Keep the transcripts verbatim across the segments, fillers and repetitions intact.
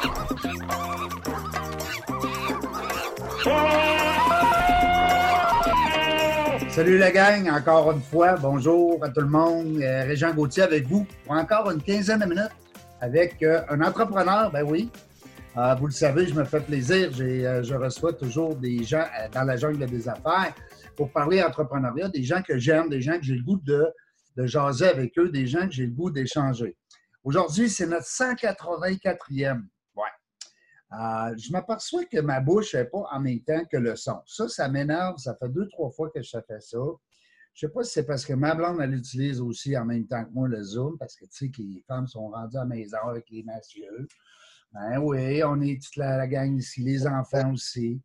Salut la gang, encore une fois, bonjour à tout le monde. Euh, Régent Gauthier avec vous pour encore une quinzaine de minutes avec euh, un entrepreneur, ben oui. Euh, vous le savez, je me fais plaisir. J'ai, euh, je reçois toujours des gens euh, dans la jungle des affaires pour parler entrepreneuriat, des gens que j'aime, des gens que j'ai le goût de, de jaser avec eux, des gens que j'ai le goût d'échanger. Aujourd'hui, c'est notre cent quatre-vingt-quatrième. Ouais. Euh, je m'aperçois que ma bouche n'est pas en même temps que le son. Ça, ça m'énerve. Ça fait deux, trois fois que je fais ça. Je ne sais pas si c'est parce que ma blonde, elle utilise aussi en même temps que moi le Zoom, parce que tu sais que les femmes sont rendues à la maison avec les messieurs. Ben oui, on est toute la, la gang ici, les enfants aussi.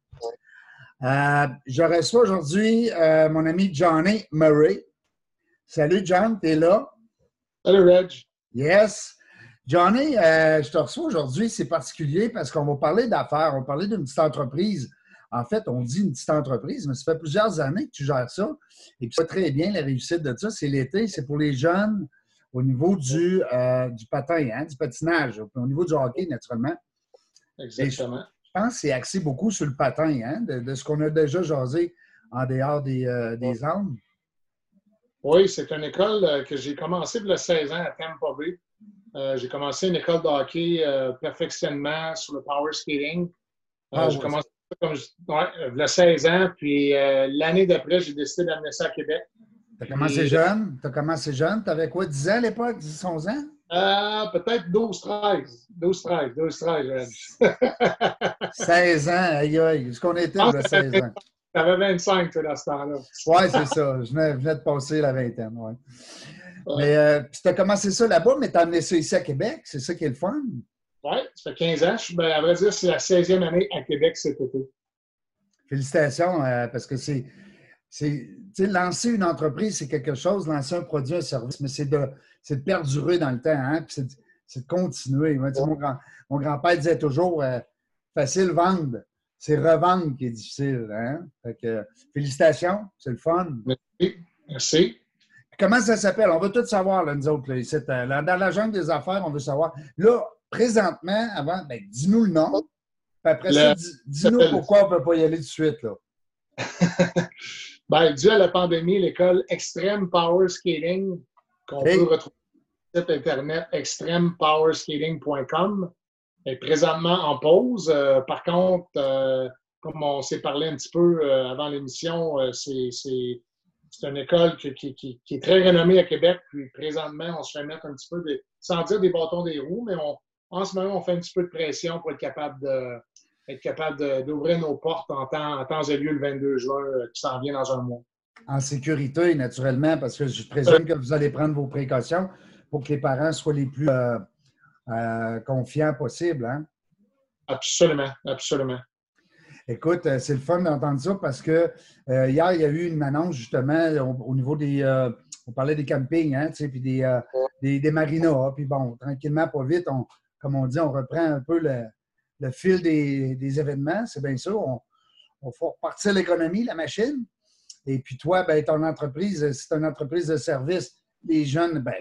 Euh, je reçois aujourd'hui euh, mon ami Johnny Murray. Salut John, t'es là? Salut Reg. Yes. Johnny, euh, je te reçois aujourd'hui, c'est particulier parce qu'on va parler d'affaires, on va parler d'une petite entreprise. En fait, on dit une petite entreprise, mais ça fait plusieurs années que tu gères ça. Et puis, ça très bien, la réussite de ça, c'est l'été, c'est pour les jeunes au niveau du, euh, du patin, hein, du patinage, au niveau du hockey, naturellement. Exactement. Je pense que c'est axé beaucoup sur le patin, hein, de, de ce qu'on a déjà jasé en dehors des, euh, des armes. Oui, c'est une école que j'ai commencé il y a seize ans à Tampa Bay. Euh, j'ai commencé une école de hockey euh, perfectionnement sur le power skating. Euh, Ah, j'ai ouais. commencé comme ouais, il y a seize ans, puis euh, l'année d'après, j'ai décidé d'amener ça à Québec. Tu as commencé jeune? Tu as commencé jeune? Tu avais quoi, dix ans à l'époque? dix, onze ans? Euh, peut-être douze, treize. douze, treize. douze, treize. seize ans, aïe aïe. Ce qu'on était, là, seize ans. Tu avais vingt-cinq, toi, dans ce temps-là. Oui, c'est ça. Je venais, venais de passer la vingtaine, oui. Ouais. Mais euh, tu as commencé ça là-bas, mais tu as amené ça ici à Québec. C'est ça qui est le fun. Oui, ça fait quinze ans. Je, ben, à vrai dire, c'est la seizième année à Québec cet été. Félicitations, euh, parce que c'est. c'est tu sais, lancer une entreprise, c'est quelque chose, lancer un produit, un service, mais c'est de, c'est de perdurer dans le temps, hein, puis c'est de, c'est de continuer. Moi, tu sais, mon, grand, mon grand-père disait toujours euh, facile vendre, c'est revendre qui est difficile. Hein? Fait que, félicitations, c'est le fun. Merci. Merci. Comment ça s'appelle? On veut tout savoir, là, nous autres. Là, ici, là, dans la jungle des affaires, on veut savoir. Là, présentement, avant, ben, dis-nous le nom. Puis après le... ça, dis, dis-nous pourquoi on ne peut pas y aller tout de suite. Là. ben, dû à la pandémie, l'école Extreme Power Skating, qu'on hey. peut retrouver sur le site internet extreme power skating point com, est présentement en pause. Euh, par contre, euh, comme on s'est parlé un petit peu euh, avant l'émission, euh, c'est, c'est C'est une école qui, qui, qui, qui est très renommée à Québec. Puis présentement, on se fait mettre un petit peu, de, sans dire des bâtons des roues, mais on, en ce moment, on fait un petit peu de pression pour être capable, de, être capable de, d'ouvrir nos portes en temps, en temps et lieu le vingt-deux juin, qui s'en vient dans un mois. En sécurité, naturellement, parce que je présume que vous allez prendre vos précautions pour que les parents soient les plus euh, euh, confiants possibles. Hein? Absolument, absolument. Écoute, c'est le fun d'entendre ça parce que euh, hier, il y a eu une annonce justement au, au niveau des. Euh, on parlait des campings, hein, tu sais, puis des, euh, des, des marinas. Puis bon, tranquillement, pas vite, on, comme on dit, on reprend un peu le, le fil des, des événements. C'est bien sûr. On, on faut repartir l'économie, la machine. Et puis toi, ben, ton entreprise, c'est une entreprise de service. Les jeunes, ben,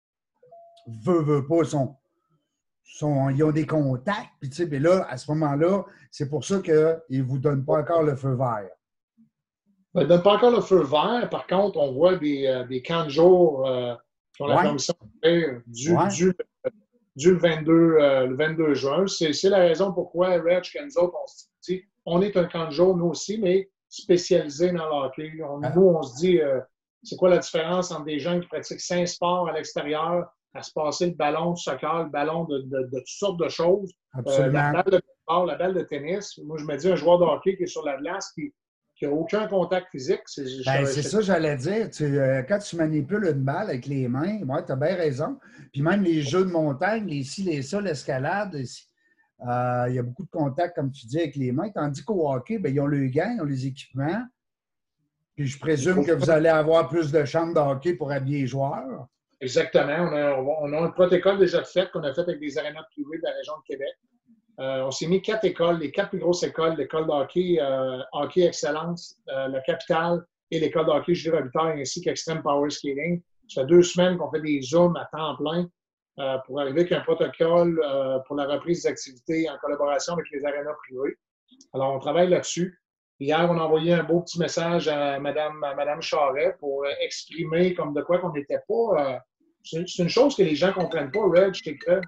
veut, veut pas, sont. Sont, ils ont des contacts, puis tu sais, mais là, à ce moment-là, c'est pour ça qu'ils ne vous donnent pas encore le feu vert. Ils ne donnent pas encore le feu vert. Par contre, on voit des, euh, des camps de jour euh, qui ont ouais. la permission de faire du, ouais. du, du le, vingt-deux, euh, le vingt-deux juin. C'est, c'est la raison pourquoi, Reg, que nous autres, on se dit, on est un camp de jour, nous aussi, mais spécialisé dans le hockey. On, ah. Nous, on se dit, euh, c'est quoi la différence entre des gens qui pratiquent cinq sports à l'extérieur, à se passer le ballon de soccer, le ballon de, de, de toutes sortes de choses. Absolument. Euh, la balle de baseball, la balle de tennis. Moi, je me dis, un joueur de hockey qui est sur la glace, qui n'a aucun contact physique. C'est, ben, je, c'est je... ça, j'allais dire. Tu, euh, quand tu manipules une balle avec les mains, ouais, tu as bien raison. Puis même les jeux de montagne, les ci, les ça, l'escalade, il euh, y a beaucoup de contact, comme tu dis, avec les mains. Tandis qu'au hockey, ben, ils ont le gants, ils ont les équipements. Puis je présume que vous allez avoir plus de chambres de hockey pour habiller les joueurs. Exactement. On a, on a un protocole déjà fait qu'on a fait avec des arénas privées de la région de Québec. Euh, on s'est mis quatre écoles, les quatre plus grosses écoles, l'école de hockey, euh, Hockey Excellence, euh, la Capitale et l'école de hockey Jules Robitaille ainsi qu'Extreme Power Skating. Ça fait deux semaines qu'on fait des Zooms à temps plein euh, pour arriver avec un protocole euh, pour la reprise des activités en collaboration avec les arénas privés. Alors, on travaille là-dessus. Hier, on a envoyé un beau petit message à Mme, à Mme Charret pour euh, exprimer comme de quoi qu'on n'était pas... Euh, c'est, c'est une chose que les gens ne comprennent pas, Reg, c'est que,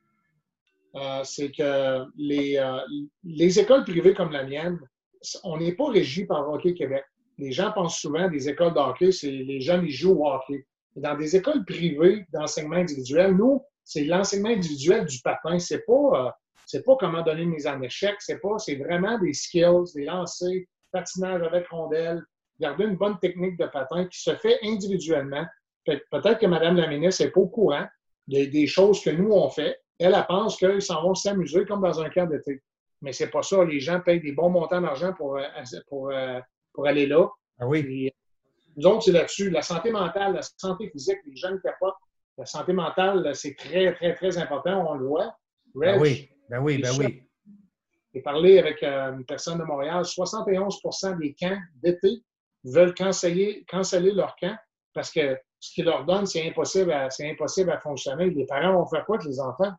euh, c'est que les, euh, les écoles privées comme la mienne, on n'est pas régi par Hockey Québec. Les gens pensent souvent des écoles de hockey, c'est les jeunes, ils jouent au hockey. Dans des écoles privées d'enseignement individuel, nous, c'est l'enseignement individuel du patin. C'est pas... Euh, C'est pas comment donner une mise en échec, c'est pas, c'est vraiment des skills, des lancers, patinage avec rondelle, garder une bonne technique de patin qui se fait individuellement. Peut-être que Mme la ministre n'est pas au courant des, des choses que nous, on fait. Elle, elle pense qu'ils s'en vont s'amuser comme dans un camp d'été. Mais c'est pas ça. Les gens payent des bons montants d'argent pour, pour, pour aller là. Ah oui. Puis, nous autres, c'est là-dessus. La santé mentale, la santé physique, les jeunes capotent. La santé mentale, c'est très, très, très important. On le voit. Reg, ah oui. Ben oui, ben oui. J'ai parlé avec euh, une personne de Montréal, soixante et onze pour cent des camps d'été veulent canceller, canceller leur camp parce que ce qu'ils leur donnent, c'est impossible, à, c'est impossible à fonctionner. Les parents vont faire quoi avec les enfants?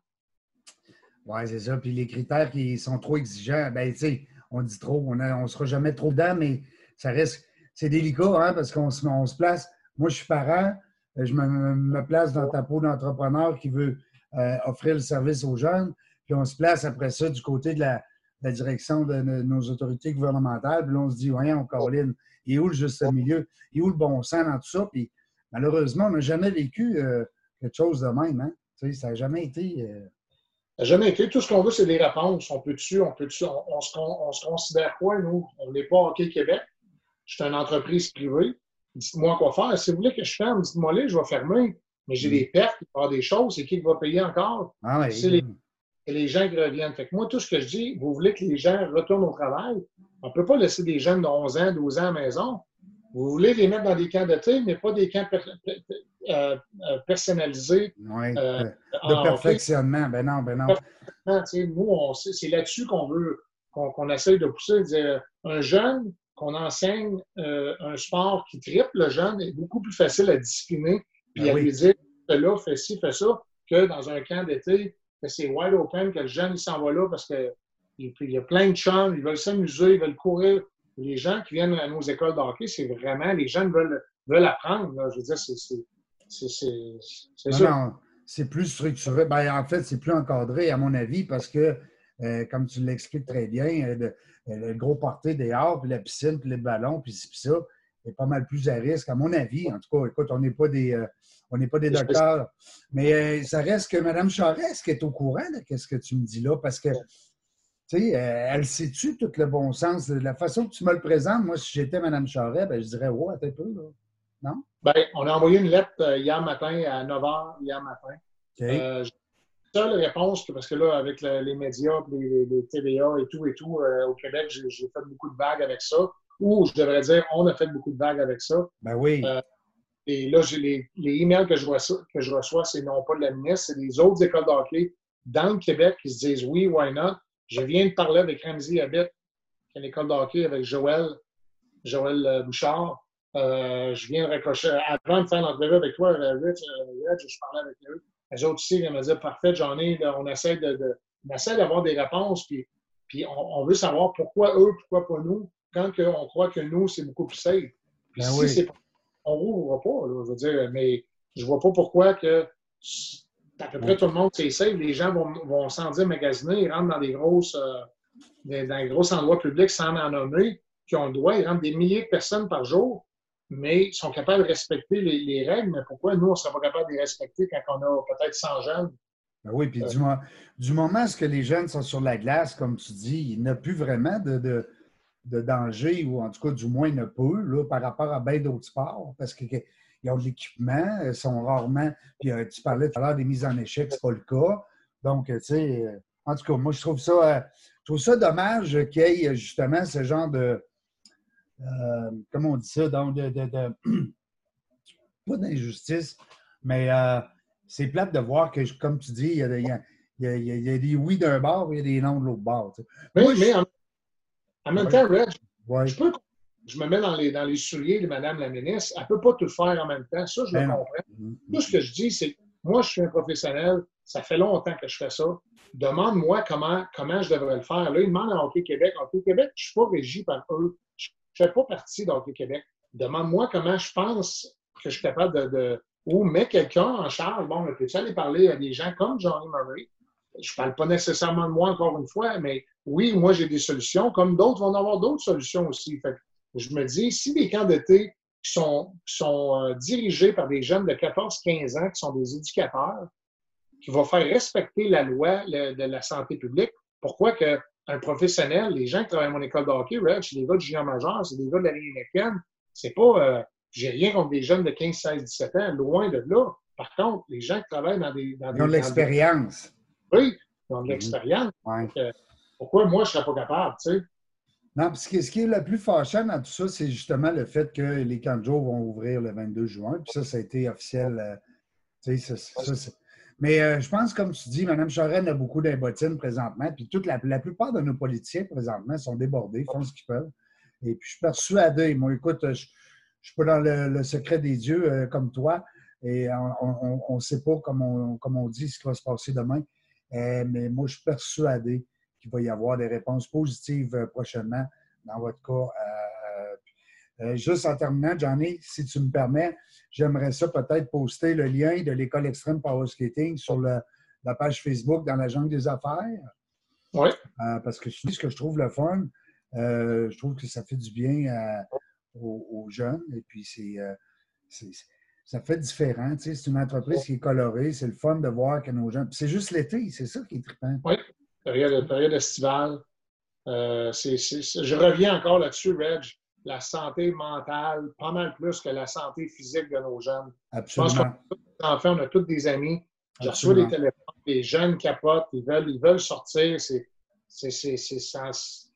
Oui, c'est ça. Puis les critères qui sont trop exigeants, ben tu sais, on dit trop, on ne sera jamais trop dedans, mais ça reste, c'est délicat, hein, parce qu'on se, on se place. Moi, je suis parent, je me, me place dans ta peau d'entrepreneur qui veut euh, offrir le service aux jeunes. Puis on se place après ça du côté de la, de la direction de, de nos autorités gouvernementales. Puis là, on se dit, voyons, Caroline, il est où le juste milieu? Il est où le bon sens dans tout ça? Puis malheureusement, on n'a jamais vécu euh, quelque chose de même. Hein? Tu sais, ça n'a jamais été. Euh... Ça n'a jamais été. Tout ce qu'on veut, c'est des réponses. On peut dessus, on peut dessus. On, on, se, on se considère quoi, nous? On n'est pas Hockey Québec. Je suis une entreprise privée. Dites-moi quoi faire. Si vous voulez que je ferme, dites-moi les, je vais fermer. Mais j'ai des pertes, il va y avoir des choses. C'est qui va payer encore? Ah oui. C'est les... et les gens qui reviennent. Fait que moi, tout ce que je dis, vous voulez que les gens retournent au travail, on ne peut pas laisser des jeunes de onze ans, douze ans à la maison. Vous voulez les mettre dans des camps d'été, mais pas des camps per, per, euh, personnalisés. Oui, euh, de perfectionnement. Ben non, ben non. Nous, on, c'est là-dessus qu'on veut, qu'on, qu'on essaye de pousser. Dire, un jeune qu'on enseigne euh, un sport qui triple, le jeune est beaucoup plus facile à discipliner, puis ben à oui. lui dire, fais là, fais ci, fais ça, que dans un camp d'été, que c'est wide open, que le jeune il s'en va là parce qu'il y a plein de chums, ils veulent s'amuser, ils veulent courir. Les gens qui viennent à nos écoles de hockey, c'est vraiment, les jeunes veulent, veulent apprendre. Là. Je veux dire, c'est, c'est, c'est, c'est, c'est non, ça. Non, c'est plus structuré. Ben, en fait, c'est plus encadré, à mon avis, parce que, euh, comme tu l'expliques très bien, euh, le, le gros party dehors, puis la piscine, puis les ballons, puis ci, puis ça, est pas mal plus à risque, à mon avis. En tout cas, écoute, on n'est pas des... Euh, On n'est pas des docteurs. Mais euh, ça reste que Mme Charest, est-ce qu'elle est au courant de ce que tu me dis là? Parce que, tu sais, euh, elle sait-tu tout le bon sens? De la façon que tu me le présentes, moi, si j'étais Mme Charest, ben, je dirais, ouais, attends un peu, là. Non? Bien, on a envoyé une lettre euh, hier matin à neuf heures, hier matin. Okay. Euh, j'ai une seule réponse, parce que là, avec le, les médias, les, les T V A et tout, et tout, euh, au Québec, j'ai, j'ai fait beaucoup de vagues avec ça. Ou, je devrais dire, on a fait beaucoup de vagues avec ça. Ben oui. Euh, Et là, j'ai les, les emails que je reçois, que je reçois, c'est non pas de la ministre, c'est des autres écoles de hockey dans le Québec qui se disent oui, why not. Je viens de parler avec Ramsey Abbott, qui est une école de hockey avec Joël, Joël Bouchard. Euh, je viens de raccrocher. Avant de faire l'entrevue avec toi, Rich, je parlais avec eux. Les autres aussi, ils me disaient parfait, j'en ai, on essaie, de, de, on essaie d'avoir des réponses, puis, puis on, on veut savoir pourquoi eux, pourquoi pas nous, quand que on croit que nous, c'est beaucoup plus safe. Puis ben si oui. c'est pas on ne rouvre pas, là, je veux dire, mais je ne vois pas pourquoi que à peu près tout le monde c'est safe. Les gens vont, vont sans dire magasiner, ils rentrent dans des grosses euh, dans des gros endroits publics sans en nommer, qui ont le droit, ils rentrent des milliers de personnes par jour, mais ils sont capables de respecter les, les règles, mais pourquoi nous, on ne serait pas capable de les respecter quand on a peut-être cent jeunes? Ben oui, puis euh, du, du moment où les jeunes sont sur la glace, comme tu dis, il n'y a plus vraiment de, de de danger, ou en tout cas, du moins, ne peu, là, par rapport à bien d'autres sports, parce qu'ils ont de l'équipement, ils sont rarement... Puis euh, tu parlais tout à l'heure des mises en échec, c'est pas le cas. Donc, tu sais, euh, en tout cas, moi, je trouve ça, euh, je trouve ça dommage qu'il y ait justement ce genre de... Euh, comment on dit ça? Donc, de... de, de pas d'injustice, mais euh, c'est plate de voir que, comme tu dis, il y a, il y a, il y a, il y a des oui d'un bord et il y a des non de l'autre bord. Mais, moi, mais en... En même temps, Reg, ouais. je, peux, je me mets dans les, dans les souliers de Mme la ministre. Elle ne peut pas tout faire en même temps. Ça, je ben le comprends. Non. Tout ce que je dis, c'est moi, je suis un professionnel, ça fait longtemps que je fais ça. Demande-moi comment, comment je devrais le faire. Là, ils demandent à Hockey Québec. Hockey Québec, je ne suis pas régi par eux. Je ne fais pas partie d'Hockey Québec. Demande-moi comment je pense que je suis capable de... de ou mets quelqu'un en charge. Bon, peux-tu aller parler à des gens comme Johnny Murray? Je ne parle pas nécessairement de moi encore une fois, mais oui, moi, j'ai des solutions, comme d'autres vont avoir d'autres solutions aussi. Fait que je me dis, si des camps d'été qui sont, qui sont euh, dirigés par des jeunes de quatorze quinze ans, qui sont des éducateurs, qui vont faire respecter la loi le, de la santé publique, pourquoi qu'un professionnel, les gens qui travaillent à mon école de hockey, Red, c'est des gars de junior majeur, c'est des gars de la Ligue américaine, c'est pas... Euh, j'ai rien contre des jeunes de quinze, seize, dix-sept ans, loin de là. Par contre, les gens qui travaillent dans des... Dans Ils ont de l'expérience. Des... Oui, ils ont de l'expérience. Ouais. Euh, pourquoi moi, je ne serais pas capable, tu sais? Non, parce que ce qui est le plus fâchant dans tout ça, c'est justement le fait que les camps de jour vont ouvrir le vingt-deux juin. Puis ça, ça a été officiel. Euh, tu sais, ça, ça, mais euh, je pense, comme tu dis, Mme Charest a beaucoup d'imbottines présentement. Puis toute la, la plupart de nos politiciens présentement sont débordés, font ce qu'ils peuvent. Et puis je suis persuadé. Moi, écoute, je ne suis pas dans le, le secret des dieux euh, comme toi. Et on ne sait pas, comme on, comme on dit, ce qui va se passer demain. Euh, mais moi, je suis persuadé qu'il va y avoir des réponses positives euh, prochainement dans votre cas. Euh, euh, juste en terminant, Johnny, si tu me permets, j'aimerais ça peut-être poster le lien de l'École extrême Power Skating sur le, la page Facebook dans la jungle des affaires. Oui. Euh, parce que je dis ce que je trouve le fun. Euh, je trouve que ça fait du bien à, aux, aux jeunes. Et puis, c'est, euh, c'est, ça fait différent. Tu sais, c'est une entreprise qui est colorée. C'est le fun de voir que nos gens... Puis c'est juste l'été. C'est ça qui est trippant. Oui. Période, période estivale. Euh, c'est, c'est, c'est, je reviens encore là-dessus, Reg. La santé mentale, pas mal plus que la santé physique de nos jeunes. Absolument. Je pense qu'on a tous des enfants, on a tous des amis. Je reçois des téléphones, les jeunes capotent, ils veulent, ils veulent sortir. C'est, c'est, c'est, c'est, c'est,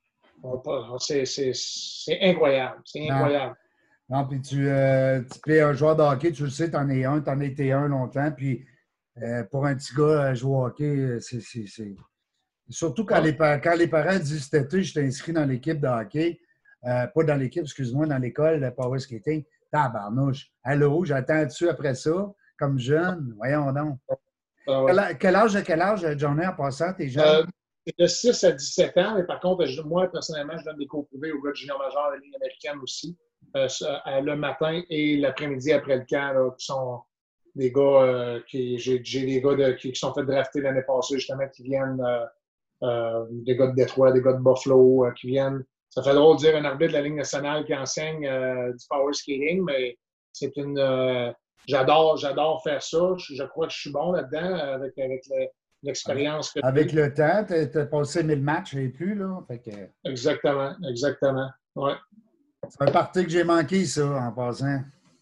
c'est, c'est, c'est incroyable. C'est incroyable. Non, puis tu, euh, tu es un joueur de hockey, tu le sais, tu en es un, tu en as été un longtemps. Puis euh, pour un petit gars, jouer au hockey, c'est. c'est, c'est... Surtout quand, ouais. les, quand les parents disent cet été, je t'ai inscrit dans l'équipe de hockey, euh, pas dans l'équipe, excuse-moi, dans l'école de Power Skating. Tabarnouche. Allô, j'attends-tu après ça, comme jeune? Voyons donc. Ah ouais. quel, quel âge, quel âge, Johnny, en passant, t'es jeune? Euh, de six à dix-sept ans, mais par contre, je, moi, personnellement, je donne des cours privés aux gars de junior majeur de la Ligue américaine aussi, euh, le matin et l'après-midi après le camp, là, qui sont des gars, euh, qui, j'ai, j'ai des gars de, qui, qui sont fait drafter l'année passée, justement, qui viennent... Euh, Euh, des gars de Détroit, des gars de Buffalo euh, qui viennent. Ça fait drôle de dire un arbitre de la Ligue nationale qui enseigne euh, du power skating, mais c'est une. Euh, j'adore, j'adore faire ça. Je, je crois que je suis bon là-dedans avec, avec le, l'expérience que Avec le temps, tu as passé mille matchs et plus, là. Fait que... Exactement, exactement. Ouais. C'est un parti que j'ai manqué, ça, en passant.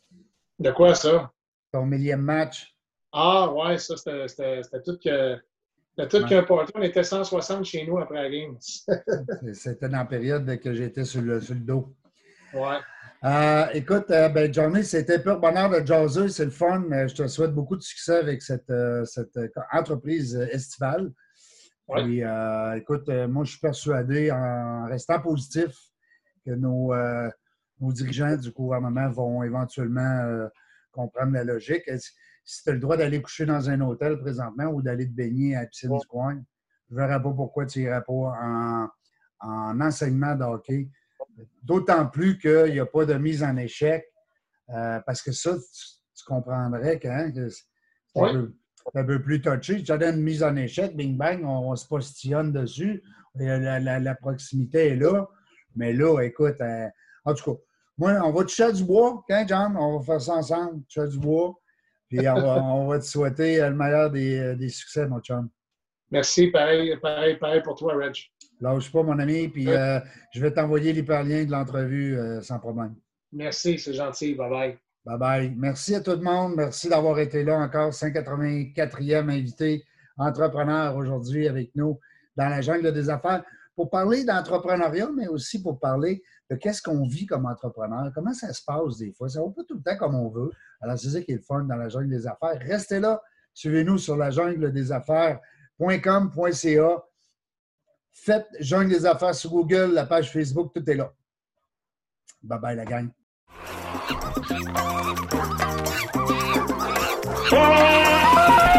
De quoi, ça? Ton millième match. Ah, ouais, ça, c'était, c'était, c'était tout que. C'était tout ouais. qu'un party. On était cent soixante chez nous après la game. C'était dans la période que j'étais sur le, sur le dos. Ouais. Euh, écoute, euh, ben, Johnny, c'était pur bonheur de jaser. C'est le fun. Je te souhaite beaucoup de succès avec cette, euh, cette entreprise estivale. Ouais. Puis, euh, écoute, euh, moi, je suis persuadé, en restant positif, que nos, euh, nos dirigeants du gouvernement vont éventuellement euh, comprendre la logique. Si tu as le droit d'aller coucher dans un hôtel présentement ou d'aller te baigner à la piscine ouais. du coin, je ne verrais pas pourquoi tu n'irais pas en, en enseignement de hockey. D'autant plus qu'il n'y a pas de mise en échec, euh, parce que ça, tu, tu comprendrais que, hein, que c'est ouais. un, peu, un peu plus touché. Tu te donnes une mise en échec, bing bang, on, on se postillonne dessus. La, la, la proximité est là. Mais là, écoute, euh, en tout cas, moi, on va toucher à du bois, hein, John? On va faire ça ensemble, toucher à du bois. Puis on va, on va te souhaiter le meilleur des, des succès, mon chum. Merci, pareil, pareil, pareil pour toi, Reg. Lâche pas, mon ami, puis euh, je vais t'envoyer l'hyperlien de l'entrevue euh, sans problème. Merci, c'est gentil. Bye-bye. Bye-bye. Merci à tout le monde. Merci d'avoir été là encore. cent quatre-vingt-quatrième invité entrepreneur aujourd'hui avec nous dans la jungle des affaires pour parler d'entrepreneuriat, mais aussi pour parler de qu'est-ce qu'on vit comme entrepreneur, comment ça se passe des fois. Ça ne va pas tout le temps comme on veut. Alors, c'est ça qui est le fun dans la jungle des affaires. Restez là. Suivez-nous sur la jungle des affaires point com point c a. Faites Jungle des affaires sur Google, la page Facebook, tout est là. Bye bye la gang. Bye.